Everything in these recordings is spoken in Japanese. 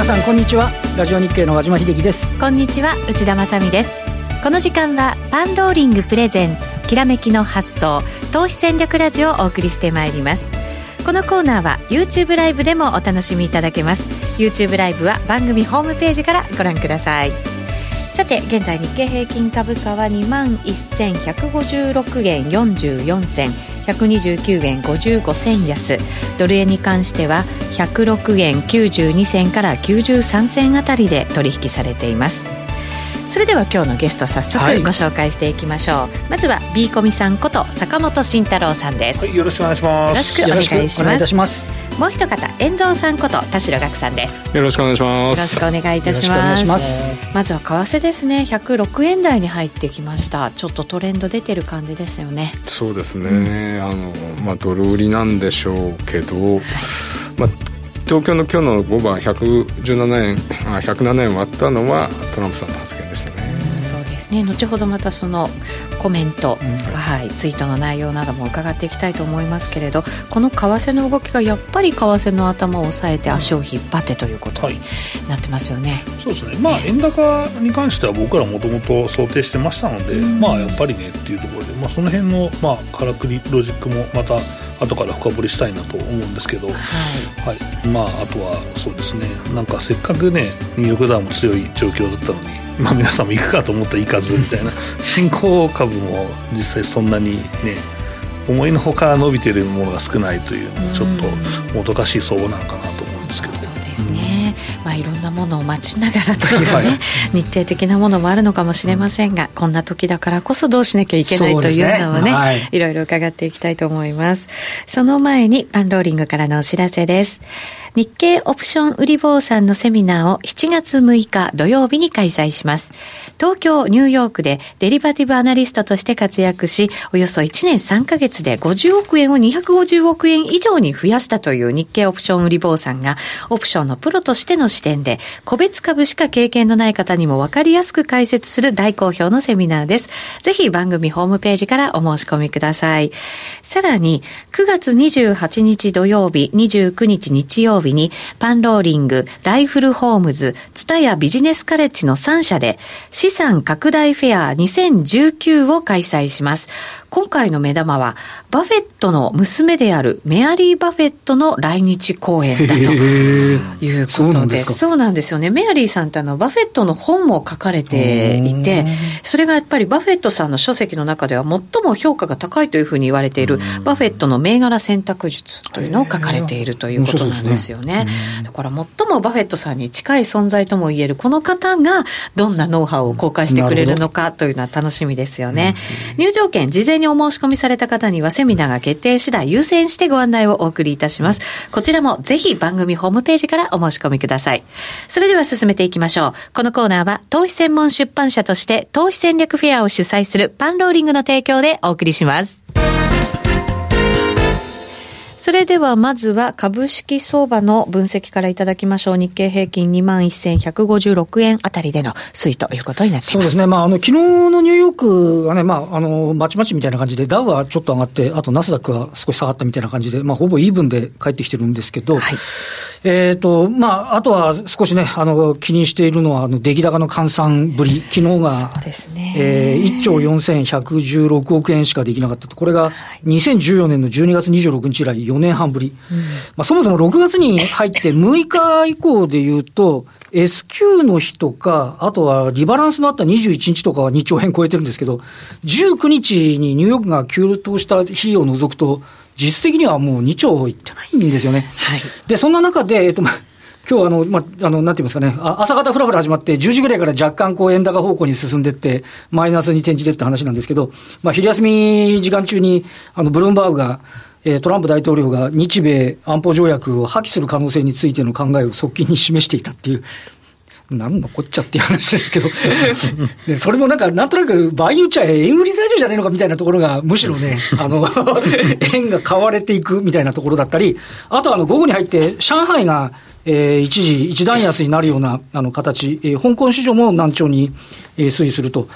さんこんにちは。ラジオ日経の和島秀樹です。 こんにちは、内田まさみです。この時間はパンローリングプレゼンツきらめきの発想投資戦略ラジオをお送りしてまいります。このコーナーは YouTube ライブでもお楽しみいただけます。 YouTube ライブは番組ホームページからご覧ください。さて現在日経平均株価は 21,156 円44銭129円55銭安、ドル円に関しては106円92銭から93銭あたりで取引されています。それでは今日のゲスト早速ご紹介していきましょう。まずは B コミさんこと坂本慎太郎さんです。 よろしくお願いします。 よろしくお願いします。 よろしくお願いいたします。 もう一方遠藤さんこと田代岳さんです。 よろしくお願いします。 よろしくお願いいたします。まずは為替ですね。106円台に入ってきました。ちょっとトレンド出てる感じですよね。 そうですね、ドル売りなんでしょうけど、東京の今日の5番107円割ったのはトランプさんの発言でしたね。 そうですね。後ほどまたそのコメント、ツイートの内容なども伺っていきたいと思いますけれど、この為替の動きがやっぱり為替の頭を押さえて足を引っ張ってということになってますよね。 そうですね。円高に関しては僕らもともと想定してましたので、やっぱりねっていうところで、その辺のからくりロジックもまた後から深掘りしたいなと思うんですけど、あとはそうですね、せっかくねニューヨークダウも強い状況だったのに、皆さんも行くかと思ったら行かずみたいな新興株も実際そんなにね思いのほか伸びているものが少ないという、ちょっともどかしい相場なのかなと思うんですけど。 そうですね、いろんなものを待ちながらというね、日程的なものもあるのかもしれませんが、こんな時だからこそどうしなきゃいけないというのをね、いろいろ伺っていきたいと思います。その前にパンローリングからのお知らせです。日経オプション売り坊さんのセミナーを7月6日土曜日に開催します。東京、ニューヨークでデリバティブアナリストとして活躍し、およそ1年3ヶ月で50億円を250億円以上に増やしたという日経オプション売り坊さんが、オプションのプロとしての視点で個別株しか経験のない方にも分かりやすく解説する大好評のセミナーです。ぜひ番組ホームページからお申し込みください。さらに9月28日土曜日、29日日曜日にパンローリング、ライフルホームズ、ツタヤビジネスカレッジの3社で資産拡大フェア2019を開催します。今回の目玉はバフェットの娘であるメアリー・バフェットの来日公演だということです。そうなんですよね。メアリーさんってバフェットの本も書かれていて、それがやっぱりバフェットさんの書籍の中では最も評価が高いというふうに言われているバフェットの銘柄選択術というのを書かれているということなんですよね。だから最もバフェットさんに近い存在ともいえるこの方がどんなノウハウを公開してくれるのかというのは楽しみですよね。入場券事前にお申し込みされた方にはセミナーが決定次第優先してご案内をお送りいたします。こちらもぜひ番組ホームページからお申し込みください。それでは進めていきましょう。このコーナーは投資専門出版社として投資戦略フェアを主催するパンローリングの提供でお送りします。それではまずは株式相場の分析からいただきましょう。日経平均 21,156 円あたりでの推移ということになっています。 そうですね。昨日のニューヨークはね、まちまちみたいな感じで、ダウはちょっと上がって、あとナスダックは少し下がったみたいな感じで、ほぼイーブンで帰ってきてるんですけど、あとは少しね、気にしているのは、出来高の換算ぶり。昨日が、 そうですね。 1兆4116億円しかできなかったと。これが2014年の12月26日以来4年半ぶり。そもそも6月に入って6日以降で言うと、S q の日とか、あとはリバランスのあった21日とかは2兆円超えてるんですけど、19日にニューヨークが急騰した日を除くと、実質的にはもう2兆いってないんですよね。で、そんな中で、今日なんて言いますかね、朝方フラフラ始まって、10時ぐらいから若干円高方向に進んでって、マイナスに転じてって話なんですけど、昼休み時間中に、ブルームバーグが、トランプ大統領が日米安保条約を破棄する可能性についての考えを側近に示していたっていう、なんのこっちゃっていう話ですけどで、それもなんとなく場合によっちゃ円売り材料じゃねえのかみたいなところがむしろね円が買われていくみたいなところだったり、あと午後に入って上海が一時一段安になるような形、香港市場も難聴に推移するとい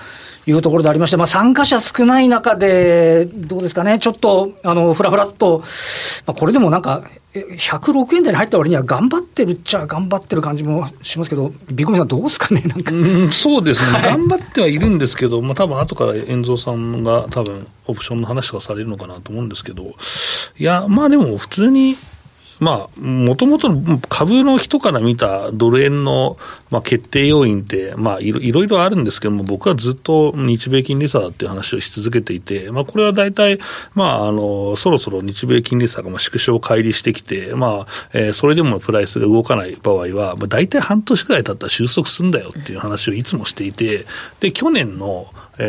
いうところでありまして、参加者少ない中で、どうですかね、ちょっと、ふらふらっと、これでもなんか、106円台に入った割には頑張ってるっちゃ頑張ってる感じもしますけど、ビコミさんどうですかね、なんか。 そうですね、頑張ってはいるんですけど、多分後から遠蔵さんが多分オプションの話とかされるのかなと思うんですけど、いや、でも普通に、もともと株の人から見たドル円の決定要因って、いろいろあるんですけども、僕はずっと日米金利差だっていう話をし続けていて、これは大体、そろそろ日米金利差が縮小乖離してきて、それでもプライスが動かない場合は、大体半年くらい経ったら収束するんだよっていう話をいつもしていて、で、去年の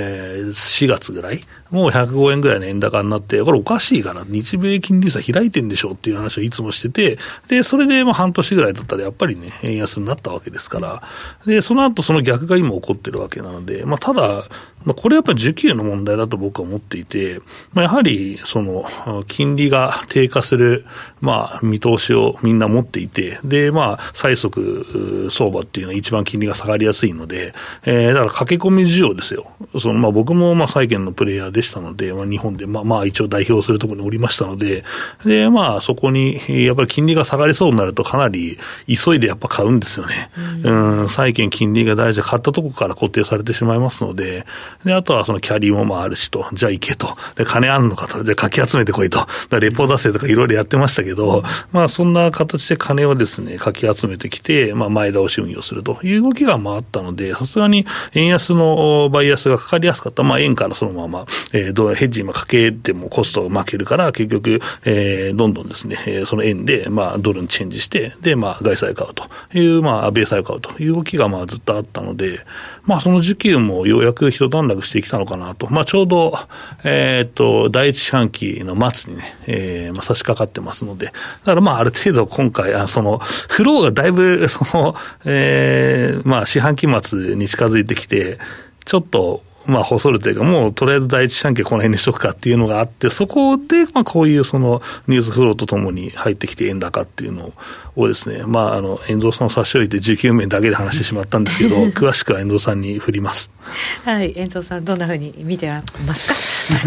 4月ぐらい、もう105円ぐらいの円高になって、これおかしいから、日米金利差開いてんでしょっていう話をいつもしてて、で、それで半年ぐらいだったらやっぱりね、円安になったわけですから、で、その後その逆が今起こってるわけなので、ただ、これやっぱり需給の問題だと僕は思っていて、やはりその金利が低下する見通しをみんな持っていて、で最速相場っていうのは一番金利が下がりやすいので、だから駆け込み需要ですよ。その僕も債券のプレイヤーでしたので、日本で一応代表するところにおりましたので、でそこにやっぱり金利が下がりそうになるとかなり急いでやっぱ買うんですよね。債券金利が大事で買ったところから固定されてしまいますので。で、あとはそのキャリーもあるしと、じゃあ行けと。で、金あんのかと。じゃあかき集めてこいと。レポ出せとかいろいろやってましたけど、そんな形で金をですね、かき集めてきて、前倒し運用するという動きがあったので、さすがに円安のバイアスがかかりやすかった。円からそのまま、ヘッジ今かけてもコストを負けるから、結局、どんどんですね、その円で、ドルにチェンジして、で、外債買うという、米債買うという動きがずっとあったので、その需給もようやく一段落してきたのかなと。ちょうど、第一四半期の末にね、差し掛かってますので、だからある程度今回、その、フローがだいぶ、その、四半期末に近づいてきて、ちょっと、細るというか、もうとりあえず第一四半期この辺にしとくかっていうのがあって、そこで、こういうそのニュースフローとともに入ってきて円高っていうのをですね、遠藤さんを差し置いて需給面だけで話してしまったんですけど、詳しくは遠藤さんに振ります。 はい、遠藤さんどんなふうに見てますか？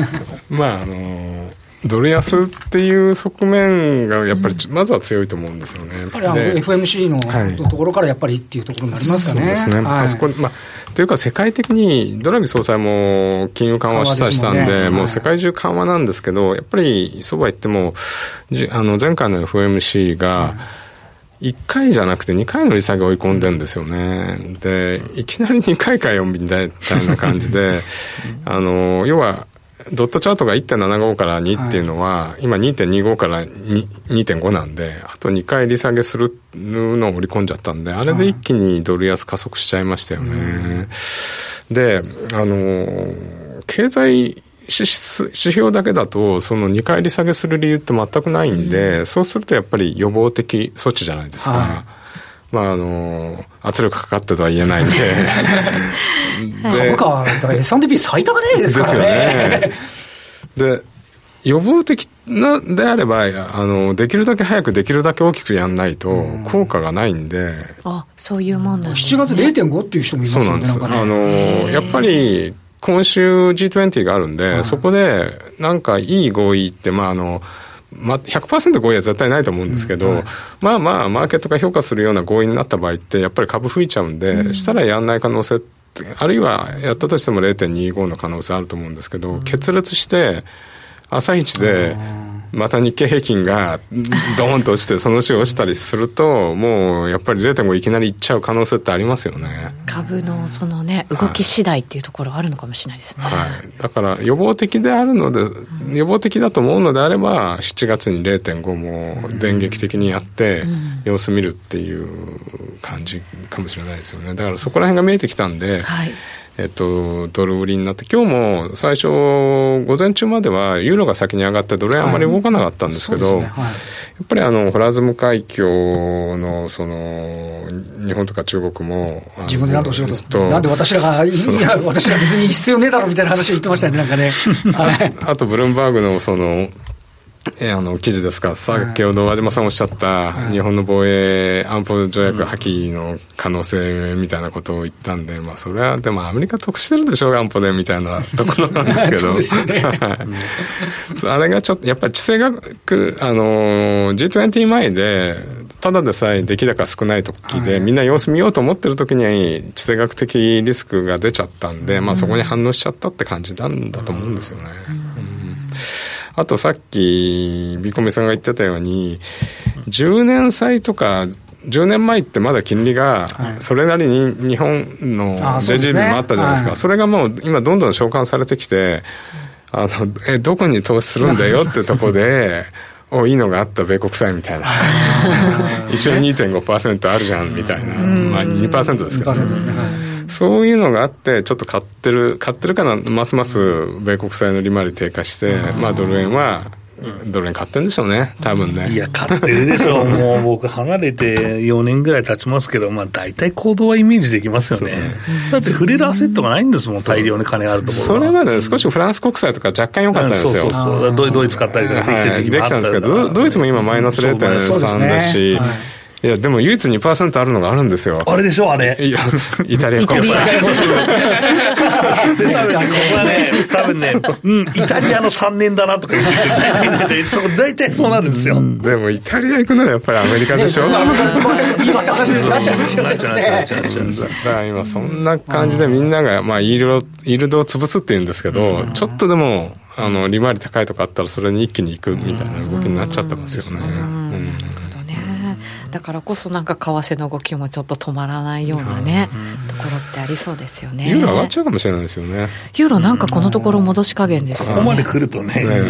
ドル安っていう側面がやっぱりまずは強いと思うんですよね。やっぱり FMC のところからやっぱりっていうところになりますかね。 そうですね。あそこというか世界的にドラギ総裁も金融緩和したんで、もう世界中緩和なんですけど、やっぱりそうは言っても前回の FMC が1回じゃなくて2回の利下げを追い込んでるんですよね。で、いきなり2回かよみたいな感じで要はドットチャートが 1.75 から2っていうのは、今 2.25 から 2.5 なんで、あと2回利下げするのを織り込んじゃったんで、あれで一気にドル安加速しちゃいましたよね。で、経済指標だけだと、その2回利下げする理由って全くないんで、そうするとやっぱり予防的措置じゃないですか。圧力かかってとは言えないんで株価は S&P 最高値ですからね。 ですよね。で、予防的であればできるだけ早くできるだけ大きくやんないと効果がないんで。 そういうもんなんですね。 7月 0.5 っていう人もいますよね。 そうなんです。やっぱり今週 G20 があるんで、そこでなんかいい合意って100% 合意は絶対ないと思うんですけど、マーケットが評価するような合意になった場合ってやっぱり株吹いちゃうんで、したらやんない可能性、あるいはやったとしても 0.25 の可能性あると思うんですけど、決裂して朝一でまた日経平均がドーンと落ちてその週落ちたりすると、もうやっぱり 0.5 いきなりいっちゃう可能性ってありますよね。 株のそのね、動き次第っていうところあるのかもしれないですね。 だから予防的であるので、予防的だと思うのであれば7月に 0.5 も電撃的にやって様子見るっていう感じかもしれないですよね。だからそこら辺が見えてきたんで、ドル売りになって、今日も最初午前中まではユーロが先に上がってドル円あまり動かなかったんですけど、やっぱりホラーズム海峡のその日本とか中国も自分で何としようと、なんで私らが私ら別に必要ねえだろみたいな話を言ってましたね、なんかね。 あとブルームバーグのその記事ですか、先ほど和島さんおっしゃった、日本の防衛安保条約破棄の可能性みたいなことを言ったんで、まあそれはでもアメリカ得してるでしょう安保でみたいなところなんですけどそうですよねあれがちょっとやっぱり地政学G20 前でただでさえ出来高少ない時で、みんな様子見ようと思ってる時に地政学的リスクが出ちゃったんで、まあそこに反応しちゃったって感じなんだと思うんですよね。あとさっきビコミさんが言ってたように10年債とか10年前ってまだ金利がそれなりに日本の JGB もあったじゃないですか。それがもう今どんどん償還されてきてどこに投資するんだよってとこでいいのがあった米国債みたいな一応 2.5% あるじゃんみたいな、まあ 2% ですけど、ね、2% ですね。そういうのがあってちょっと買ってるかな、ますます米国債の利回り低下して、まあドル円買ってるんでしょうね多分ね。 いや買ってるでしょうもう僕離れて4年ぐらい経ちますけど、まあ大体行動はイメージできますよね。だって触れるアセットがないんですもん、大量に金あるところは。 それまで少しフランス国債とか若干良かったんですよ。 そうドイツ買ったりとかできたんですけど、ドイツも今マイナス 0.3 だし、いやでも唯一 2% あるのがあるんですよ。 あれでしょあれ。 いやイタリア国債。 多分ね、イタリアの3年だなとか言ってて大体そうなんですよ。 でもイタリア行くならやっぱりアメリカでしょ。 2%今って話になっちゃうんですよね。 だから今そんな感じでみんながまあイールドを潰すって言うんですけど、ちょっとでも利回り高いとかあったらそれに一気に行くみたいな動きになっちゃってますよね。 だからこそなんか為替の動きもちょっと止まらないようなね、ところってありそうですよね。 ユーロ上がっちゃうかもしれないですよね。 ユーロなんかこのところ戻し加減ですよね。 ここまで来るとね、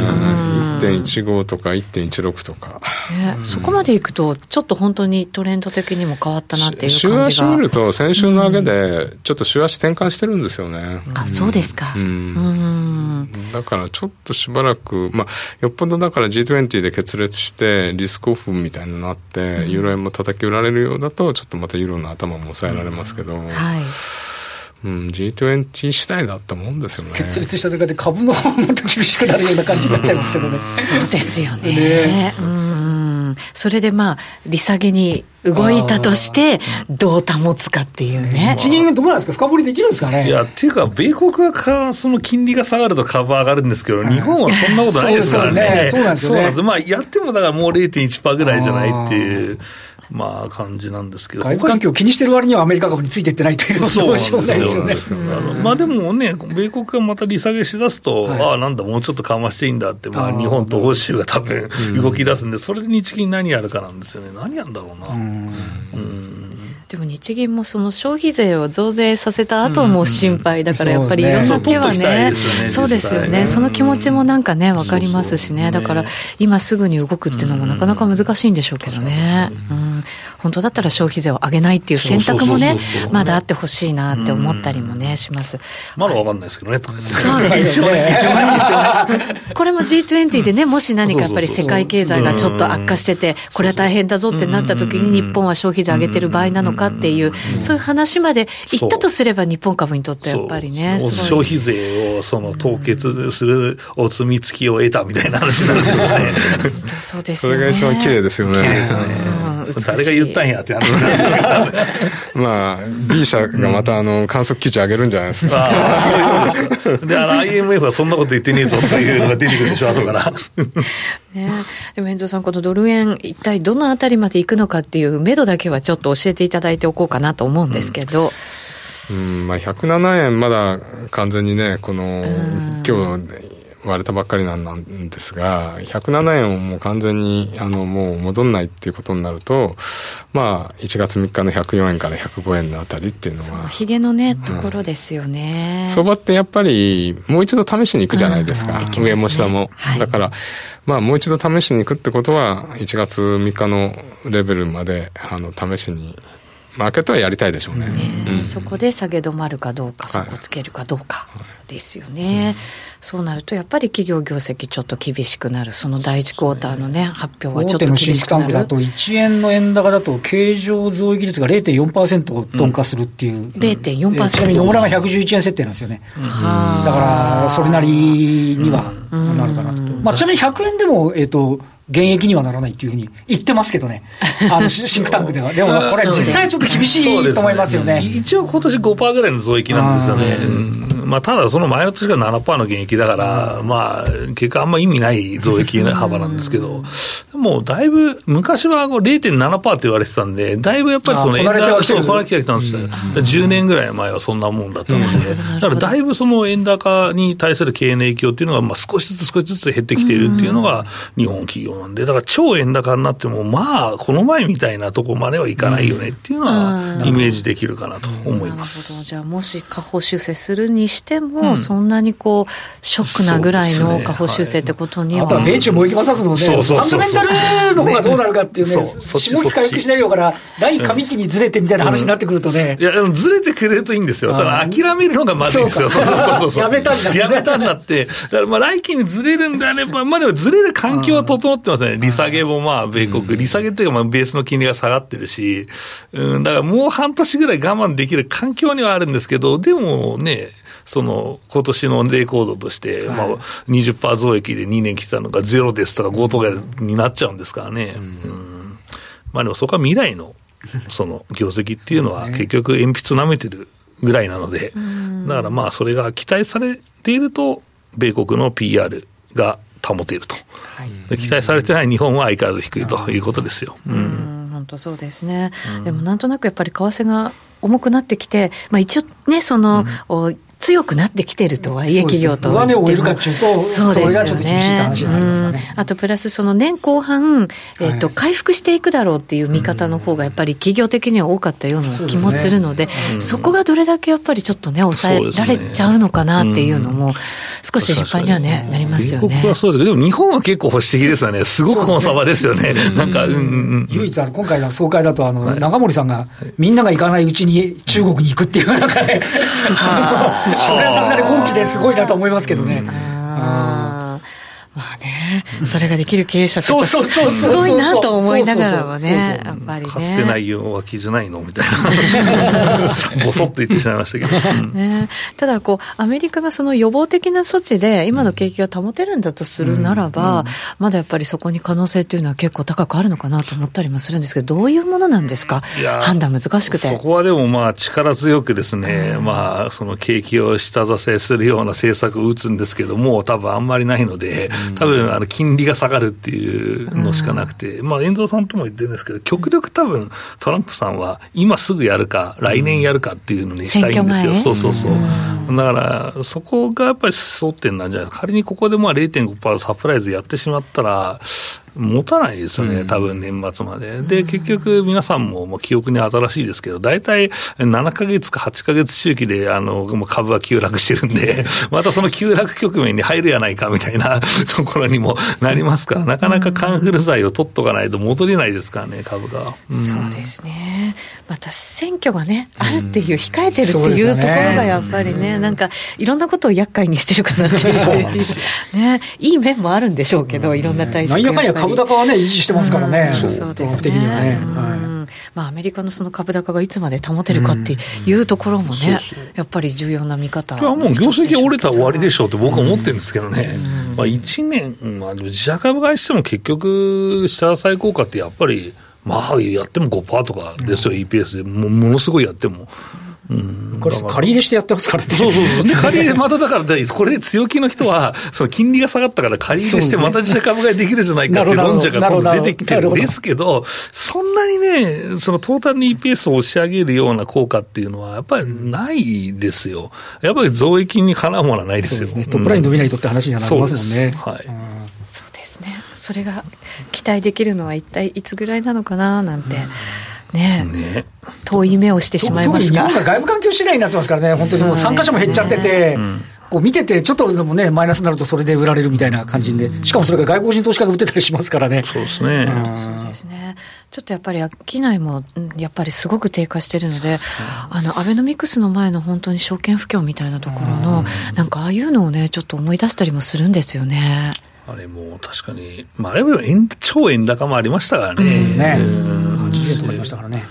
1.15 とか 1.16 とか、 そこまでいくとちょっと本当にトレンド的にも変わったなっていう感じが。 週足見ると先週の上げでちょっと週足転換してるんですよね。 あ、そうですか。 だからちょっとしばらく、まあ、よっぽどだから G20 で決裂してリスクオフみたいになってユーロ円も叩き売られるようだとちょっとまたユーロの頭も抑えられますけど、G20 次第だったもんですよね。 決裂した中で株の方もまた厳しくなるような感じになっちゃいますけどね。 そうですよね。それでまあ利下げに動いたとしてどう保つかっていうね。 日銀どうなんですか、深掘りできるんですかね。 いやっていうか米国はその金利が下がると株上がるんですけど、日本はそんなことないですからね。 そうなんですよね。 まあやってもだからもう 0.1% ぐらいじゃないっていうまあ感じなんですけど、 外部環境を気にしてる割にはアメリカ株についていってないということそうなんですよね。 まあでもね、米国がまた利下げしだすと、なんだもうちょっと緩和していいんだって、まあ日本と欧州が多分動き出すんで、それで日銀何やるかなんですよね。何やるんだろうな。 でも日銀もその消費税を増税させた後も心配だから、やっぱりいろんな手はね、そうですよね。その気持ちもなんかね分かりますしね。だから今すぐに動くっていうのもなかなか難しいんでしょうけどね。本当だったら消費税を上げないっていう選択もねまだあってほしいなって思ったりもねします。 まだ分かんないですけどね。 そうですよね。これも G20 でね、もし何かやっぱり世界経済がちょっと悪化しててこれは大変だぞってなった時に日本は消費税上げてる場合なのかっていう、そういう話までいったとすれば日本株にとってやっぱりね、 消費税をその凍結するお墨付きを得たみたいな話なんですよね。 そうですよね。 それが一番綺麗ですよね。 誰が言ったんやって話なんですけど、 まあ B 社がまた観測基準上げるんじゃないですか。 そういうことです。でIMF はそんなこと言ってねえぞというのが出てくるでしょ後からね。でも遠藤さん、このドル円一体どのあたりまでいくのかっていう目処だけはちょっと教えていただいておこうかなと思うんですけど、 まあ、107円まだ完全にねこの今日割れたばっかりなんですが、107円をもう完全にもう戻んないっていうことになると、まあ1月3日の104円から105円のあたりっていうのは、そのヒゲのねところですよね。 相場ってやっぱりもう一度試しに行くじゃないですか、上も下も、だからまあもう一度試しに行くってことは1月3日のレベルまで試しにマーケットはやりたいでしょうね。 そこで下げ止まるかどうか、そこつけるかどうかですよね。そうなるとやっぱり企業業績ちょっと厳しくなる。その第一クォーターのね発表はちょっと厳しくなる。大手のシンクタンクだと1円の円高だと経常増益率が 0.4% 鈍化するっていう、0.4%、ちなみに野村が111円設定なんですよね。だからそれなりにはなるかなと。 ちなみに100円でも、現役にはならないっていうふうに言ってますけどね、シンクタンクでは。でもこれ実際ちょっと厳しいと思いますよね。 一応今年 5% ぐらいの増益なんですよね。ただその前の年が 7% の減益だから、結果あんま意味ない増益幅なんですけど、もうだいぶ昔は 0.7% って言われてたんで、だいぶやっぱりその円高そうこなきゃきたんですね。10年ぐらい前はそんなもんだったので、だからだいぶその円高に対する経営の影響っていうのが少しずつ減ってきているっていうのが日本企業なんで、だから超円高になってもこの前みたいなとこまではいかないよねっていうのはイメージできるかなと思います。 なるほど。じゃあもし下方修正するにしても、そんなにショックなぐらいの下方修正ってことには、 あとは米中貿易摩擦のね、ファンダメンタルの方がどうなるかっていうね、下期回復シナリオから来上期にずれてみたいな話になってくるとね、 いやずれてくれるといいんですよ。ただ諦めるのがまずいんですよ。 やめたんだって、だから来期にずれるんであれば、でもずれる環境は整ってますね。利下げも米国、利下げっていうかベースの金利が下がってるし、だからもう半年ぐらい我慢できる環境にはあるんですけど、でもね、今年のレコードとして、20% 増益で2年来たのが0ですとか5とかになっちゃうんですからね。でもそこは未来の業績っていうのは結局鉛筆舐めてるぐらいなので、だからそれが期待されていると米国の PR が保ていると、期待されてない日本は相変わらず低いということですよ。 本当そうですね。でもなんとなくやっぱり為替が重くなってきて、一応ね強くなってきてるとはいえ企業と上値を終えるかっていうと、 そうですよね、 それがちょっと厳しいって話になりますよね。 あとプラス年後半、回復していくだろうっていう見方の方がやっぱり企業的には多かったような気もするので、そこがどれだけやっぱりちょっとね抑えられちゃうのかなっていうのも少し心配にはねなりますよね。 米国はそうだけど、でも日本は結構保守的ですよね。すごくコンサバですよね。なんか唯一今回の総会だと長森さんがみんなが行かないうちに中国に行くっていう中でそれはさすがに今期ですごいなと思いますけどね。 それができる経営者ってすごいなと思いながらもね、やっぱりね。 かつてないようは気じゃないのみたいなボソッと言ってしまいましたけど、 ただアメリカがその予防的な措置で今の景気が保てるんだとするならば、まだやっぱりそこに可能性というのは結構高くあるのかなと思ったりもするんですけど、どういうものなんですか。判断難しくて。 そこはでも力強くですね、その景気を下支えするような政策を打つんですけども、多分あんまりないので、多分金利が下がるっていうのしかなくて、遠藤さんとも言ってるんですけど、極力多分トランプさんは今すぐやるか来年やるかっていうのにしたいんですよ。そうだからそこがやっぱり争点なんじゃないですか。仮にここで0.5% サプライズやってしまったら持たないですよね、多分年末まで。で、結局皆さんも記憶に新しいですけど、大体7ヶ月か8ヶ月周期で株は急落してるんで、またその急落局面に入るやないかみたいなところにもなりますから、なかなかカンフル剤を取っとかないと戻れないですからね、株が。 そうですね。また選挙がね、あるっていう、控えてるっていうところがやっぱりね、なんかいろんなことを厄介にしてるかなっていうね、いい面もあるんでしょうけど、いろんな対策が株高はね維持してますからね。 そうですね。アメリカのその株高がいつまで保てるかっていうところもね、やっぱり重要な見方。 もう業績折れたら終わりでしょうって僕は思ってるんですけどね。1年、自社株買いしても結局下支え効果ってやっぱりやっても 5% とかですよ、EPS でものすごいやっても。 これ借り入れしてやってますからね。 で借り入れまただからこれで強気の人はその金利が下がったから借り入れしてまた自社株買いできるじゃないかっていう論者が今度出てきてるんですけど、そんなにねそのトータルに EPS を押し上げるような効果っていうのはやっぱりないですよ。やっぱり増益にかなうものはないですよ。 トップライン伸びないとって話にはなりますもんね。 そうですね。それが期待できるのは一体いつぐらいなのかななんて。遠い目をしてしまいますが、 特に日本が外部環境次第になってますからね。本当にもう参加者も減っちゃってて、見ててちょっとでもねマイナスになるとそれで売られるみたいな感じで、しかもそれが外国人投資家が売ってたりしますからね。 そうですね。ちょっとやっぱり商いもやっぱりすごく低下してるので、アベノミクスの前の本当に証券不況みたいなところのなんかああいうのをねちょっと思い出したりもするんですよね。 あれも確かに、あれは超円高もありましたからね。 80円とかありましたからね。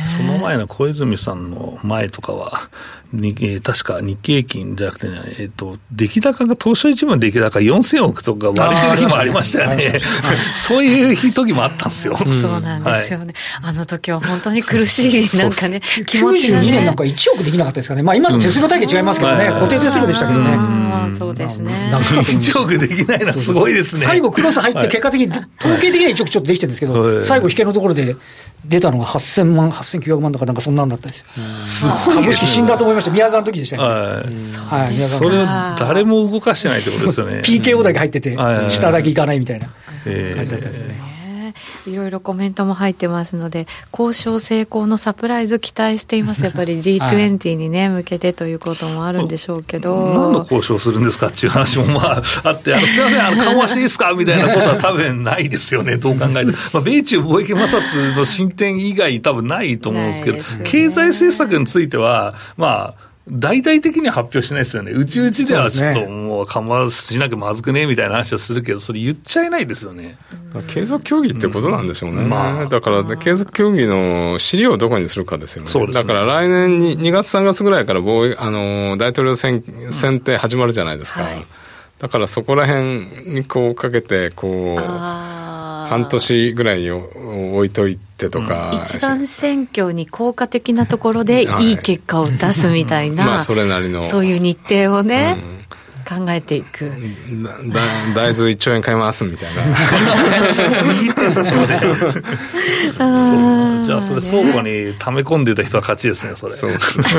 その前の小泉さんの前とかは確か日経平均じゃなくて、ね、出来高が東証一部の出来高4000億とか割れてる日もありましたよね。そういう時もあったんですよ。 そうなんですよね。あの時は本当に苦しいなんかね気持ちがね。 92年なんか1億できなかったですかね。まあ今の手数料体系違いますけどね、固定手数料でしたけどね。 そうですね。 1億できないのはすごいですね。 最後クロス入って結果的に統計的には1億ちょっとできてるんですけど、最後引けのところで出たのが8000万、8900万とかなんかそんなんだったんですよ。株式死んだと思いました。宮沢の時でしたね。 はい。それを誰も動かしてないってことですよね。 PKO だけ入ってて、下だけいかないみたいな感じだったんですね。 いろいろコメントも入ってますので、交渉成功のサプライズ期待しています。やっぱり G20 にね、向けてということもあるんでしょうけど。 何の交渉するんですかっていう話もまああって、すいません、緩和していいですかみたいなことは多分ないですよね、どう考えても。米中貿易摩擦の進展以外多分ないと思うんですけど、経済政策については、まあ、大々的には発表しないですよね。うちではちょっともう緩和しなきゃまずくねみたいな話をするけど、それ言っちゃいないですよね。 継続協議ってことなんでしょうね。だから継続協議の資料をどこにするかですよね。そうですね。だから来年に2月3月ぐらいから大統領選って始まるじゃないですか。はい、だからそこら辺にこうかけて半年ぐらいに置いといてとか、 一番選挙に効果的なところでいい結果を出すみたいな、 まあそれなりのそういう日程をね、考えていく。 大豆1兆円買いますみたいな。 握ってさそうですよ。そうじゃあそれ倉庫に溜め込んでた人は勝ちですね、それ。そう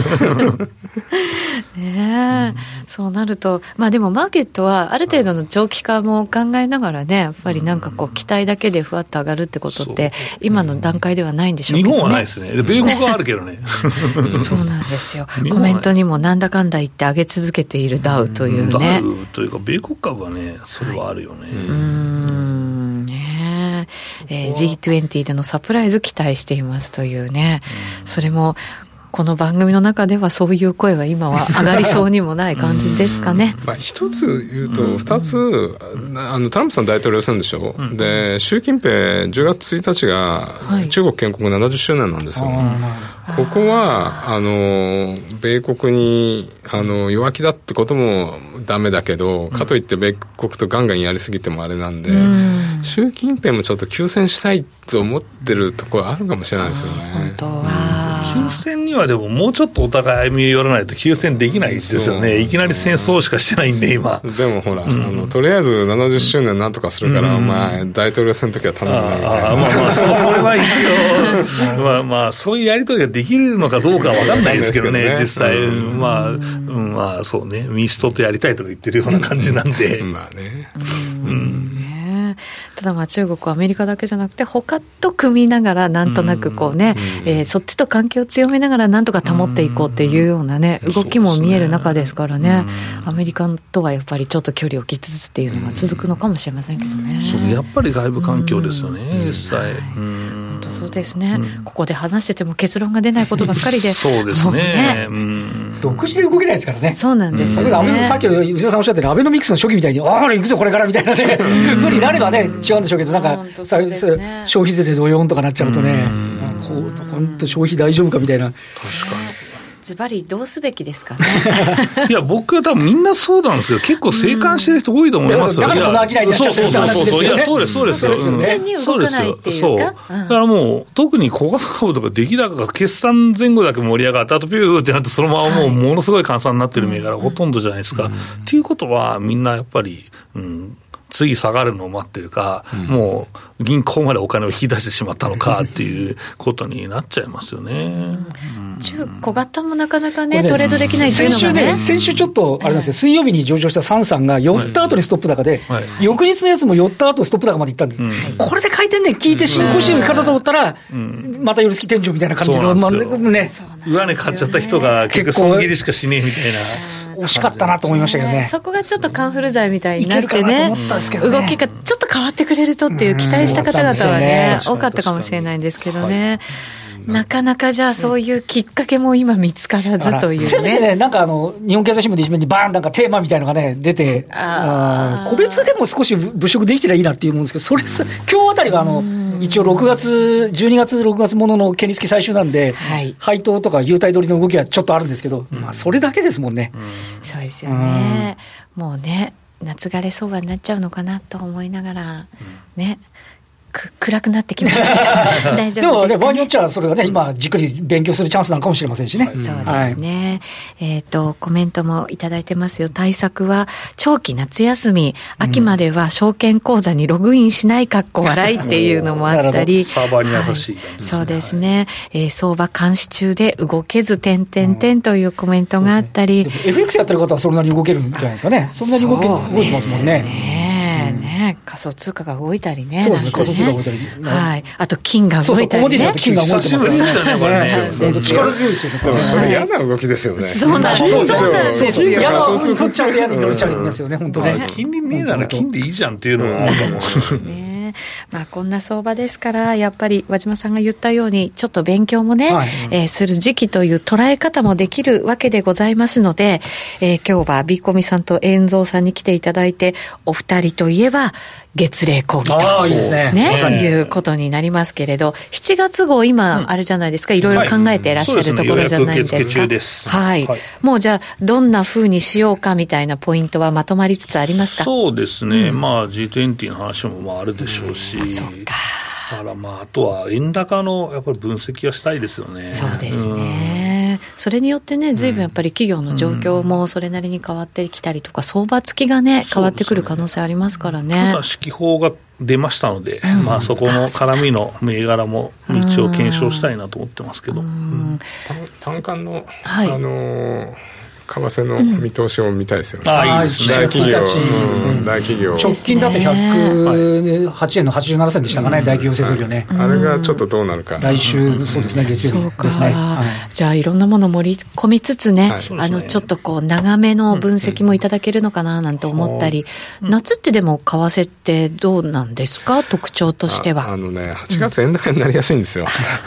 ねえ、そうなると、まあでもマーケットはある程度の長期化も考えながらね、やっぱりなんかこう期待だけでふわっと上がるってことって今の段階ではないんでしょうけどね。 日本はないですね。米国はあるけどね。 そうなんですよ。コメントにもなんだかんだ言って上げ続けているダウというね。 ダウというか米国株はね、それはあるよね。 G20 でのサプライズ期待していますというね、それもこの番組の中ではそういう声は今は上がりそうにもない感じですかね。 まあ、一つ言うと二つ、トランプさん大統領選でしょ、で習近平10月1日が中国建国70周年なんですよ、ここは米国に弱気だってこともダメだけど、かといって米国とガンガンやりすぎてもあれなんで、習近平もちょっと休戦したいと思ってるところあるかもしれないですよね。 本当は休戦にはでももうちょっとお互い歩み寄らないと休戦できないですよね。いきなり戦争しかしてないんで今。 でもほら、とりあえず70周年なんとかするから、まあ大統領選の時は頼むねみたいな。 まあそれは一応まあそういうやり取りができるのかどうかは分かんないですけどね、実際まあそうね、民主党とやりたいとか言ってるような感じなんで。 まあね。 ただまあ中国はアメリカだけじゃなくて他と組みながらなんとなくこうね、そっちと関係を強めながらなんとか保っていこうっていうようなね、動きも見える中ですからね、アメリカとはやっぱりちょっと距離を置きつつっていうのが続くのかもしれませんけどね。 そうやっぱり外部環境ですよね、実際。 本当そうですね、ここで話してても結論が出ないことばっかりでそうですね、 独自で動けないですからね。 そうなんですよね。 さっき内田さんおっしゃったようにアベノミクスの初期みたいに行くぞこれからみたいなね無理なればね違うんでしょうけど、なんか消費税でドヨーンとかなっちゃうとね、本当消費大丈夫かみたいな。 確かにズバリどうすべきですかね。 いや僕は多分みんなそうなんですよ。結構静観してる人多いと思いますよ。 だからこの商いになっちゃうっていう話ですよね。 いやそうですよ。 完全に動かないっていうか。 だからもう特に小型株とか出来高が決算前後だけ盛り上がってあとピューってなってそのままもうものすごい換算になってる銘柄がほとんどじゃないですか。っていうことはみんなやっぱり次下がるのを待ってるか、もう銀行までお金を引き出してしまったのかっていうことになっちゃいますよね。 小型もなかなかねトレードできないっていうのがね。 先週ちょっとあれなんですよ、水曜日に上場したサンさんが寄った後にストップ高で、翌日のやつも寄った後ストップ高まで行ったんです、これで回転ね聞いて新興市場に行かれたと思ったら、また寄り付き天井みたいな感じのね、 上値買っちゃった人が結局損切りしかしねえみたいな。 惜しかったなと思いましたけどね。 そこがちょっとカンフル剤みたいになってね、動きがちょっと変わってくれるとっていう期待した方々はね、多かったかもしれないんですけどね。なかなかじゃあそういうきっかけも今見つからずというね。 せめてね、なんか日本経済新聞で一面にバーンなんかテーマみたいなのがね出て、個別でも少し物色できてりゃいいなっていうもんですけど、それ今日あたりは一応12月6月ものの権利付き最終なんで、はい、配当とか優待取りの動きはちょっとあるんですけど、まあ、それだけですもんね。 そうですよね。もうね、夏枯れ相場になっちゃうのかなと思いながらね、暗くなってきましたけど大丈夫ですかね。でもね、 場合によっちゃそれがね、今じっくり勉強するチャンスなのかもしれませんしね。 そうですね、コメントもいただいてますよ。対策は長期夏休み、秋までは証券口座にログインしないかっこ笑いっていうのもあったりサーバーに優しい、 そうですね、相場監視中で動けず点々点というコメントがあったり、 ね、FX やってる方はそんなに動けるんじゃないですかね。そんなに動いてますもんね。 仮想通貨が動いたりね。 そうですね、仮想通貨が動いたり、 はい、あと金が動いたりね。 コモディティだと金が動いてますね。 力強いですよね。 でもそれ嫌な動きですよね。 そうなんですよ。 嫌な動き取っちゃうと嫌に取れちゃいますよね、本当ね。 金利見えなら金でいいじゃんっていうのがあるかも。 まあ、こんな相場ですから、やっぱり和島さんが言ったようにちょっと勉強もね、する時期という捉え方もできるわけでございますので、今日はビーコミさんと遠蔵さんに来ていただいて、お二人といえば月例講義といいですね、 いうことになりますけれど、7月号今あれじゃないですか、いろいろ考えていらっしゃるところじゃないですか。はい、もうじゃあどんな風にしようかみたいなポイントはまとまりつつありますか。 そうですね、まあ G20 の話もまああるでしょうし、 そうか。 だからまああとは円高のやっぱり分析はしたいですよね。 そうですね、それによってね、随分やっぱり企業の状況もそれなりに変わってきたりとか、相場付きがね変わってくる可能性ありますからね。 ただ指揮法が出ましたので、まあそこの絡みの銘柄も一応検証したいなと思ってますけど、 単価の為替の見通しを見たいですよね。 いいですね。 大企業直近だと108円の87銭でしたかね、大企業製造業ね。 あれがちょっとどうなるか。 来週、そうですね、月曜日ですね。 じゃあいろんなもの盛り込みつつね、ちょっとこう長めの分析もいただけるのかななんて思ったり、夏ってでも為替ってどうなんですか、特徴としては。 8月円高になりやすいんですよ。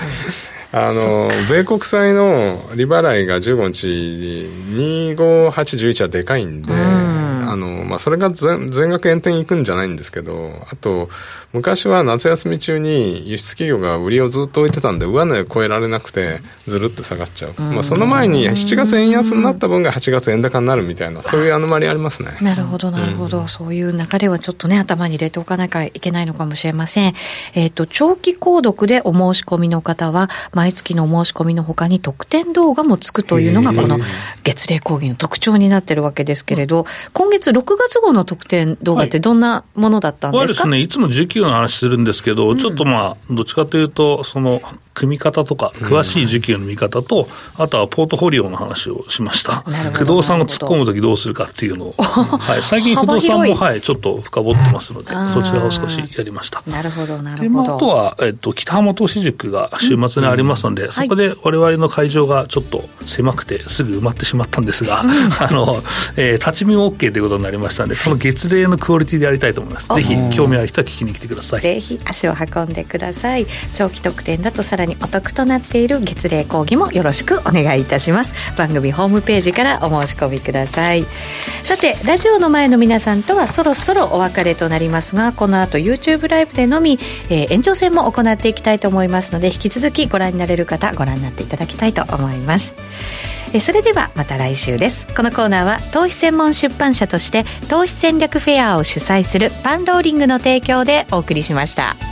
米国債の利払いが15日に25811はでかいんで、まあ、それが全額円転いくんじゃないんですけど、あと昔は夏休み中に輸出企業が売りをずっと置いてたんで上値を超えられなくてずるっと下がっちゃう、まあ、その前に7月円安になった分が8月円高になるみたいな、そういうアノマリありますね。 なるほどなるほど、そういう流れはちょっとね頭に入れておかなきゃいけないのかもしれません。長期購読でお申し込みの方は毎月のお申し込みの他に特典動画もつくというのがこの月例講義の特徴になっているわけですけれど、今月6月号の特典動画ってどんなものだったんですか。 ですね、いつも需給の話するんですけど、ちょっとまあどっちかというとその組み方とか詳しい需給の見方と、あとはポートフォリオの話をしました。不動産を突っ込むときどうするかっていうのを、最近不動産も、ちょっと深掘ってますので、そちらを少しやりました。 なるほどなるほど。 で、まあ、あとは、北浜投資塾が週末にありますので、そこで我々の会場がちょっと狭くてすぐ埋まってしまったんですが、立ち見 OK ということになりましたので、この月例のクオリティでやりたいと思います。ぜひ興味ある人は聞きに来てください。 ぜひ足を運んでください。長期特典だとさらにお得となっている月例講義もよろしくお願いいたします。番組ホームページからお申し込みください。さてラジオの前の皆さんとはそろそろお別れとなりますが、この後 YouTube ライブでのみ、延長戦も行っていきたいと思いますので、引き続きご覧になれる方ご覧になっていただきたいと思います。それではまた来週です。このコーナーは投資専門出版社として投資戦略フェアを主催するパンローリングの提供でお送りしました。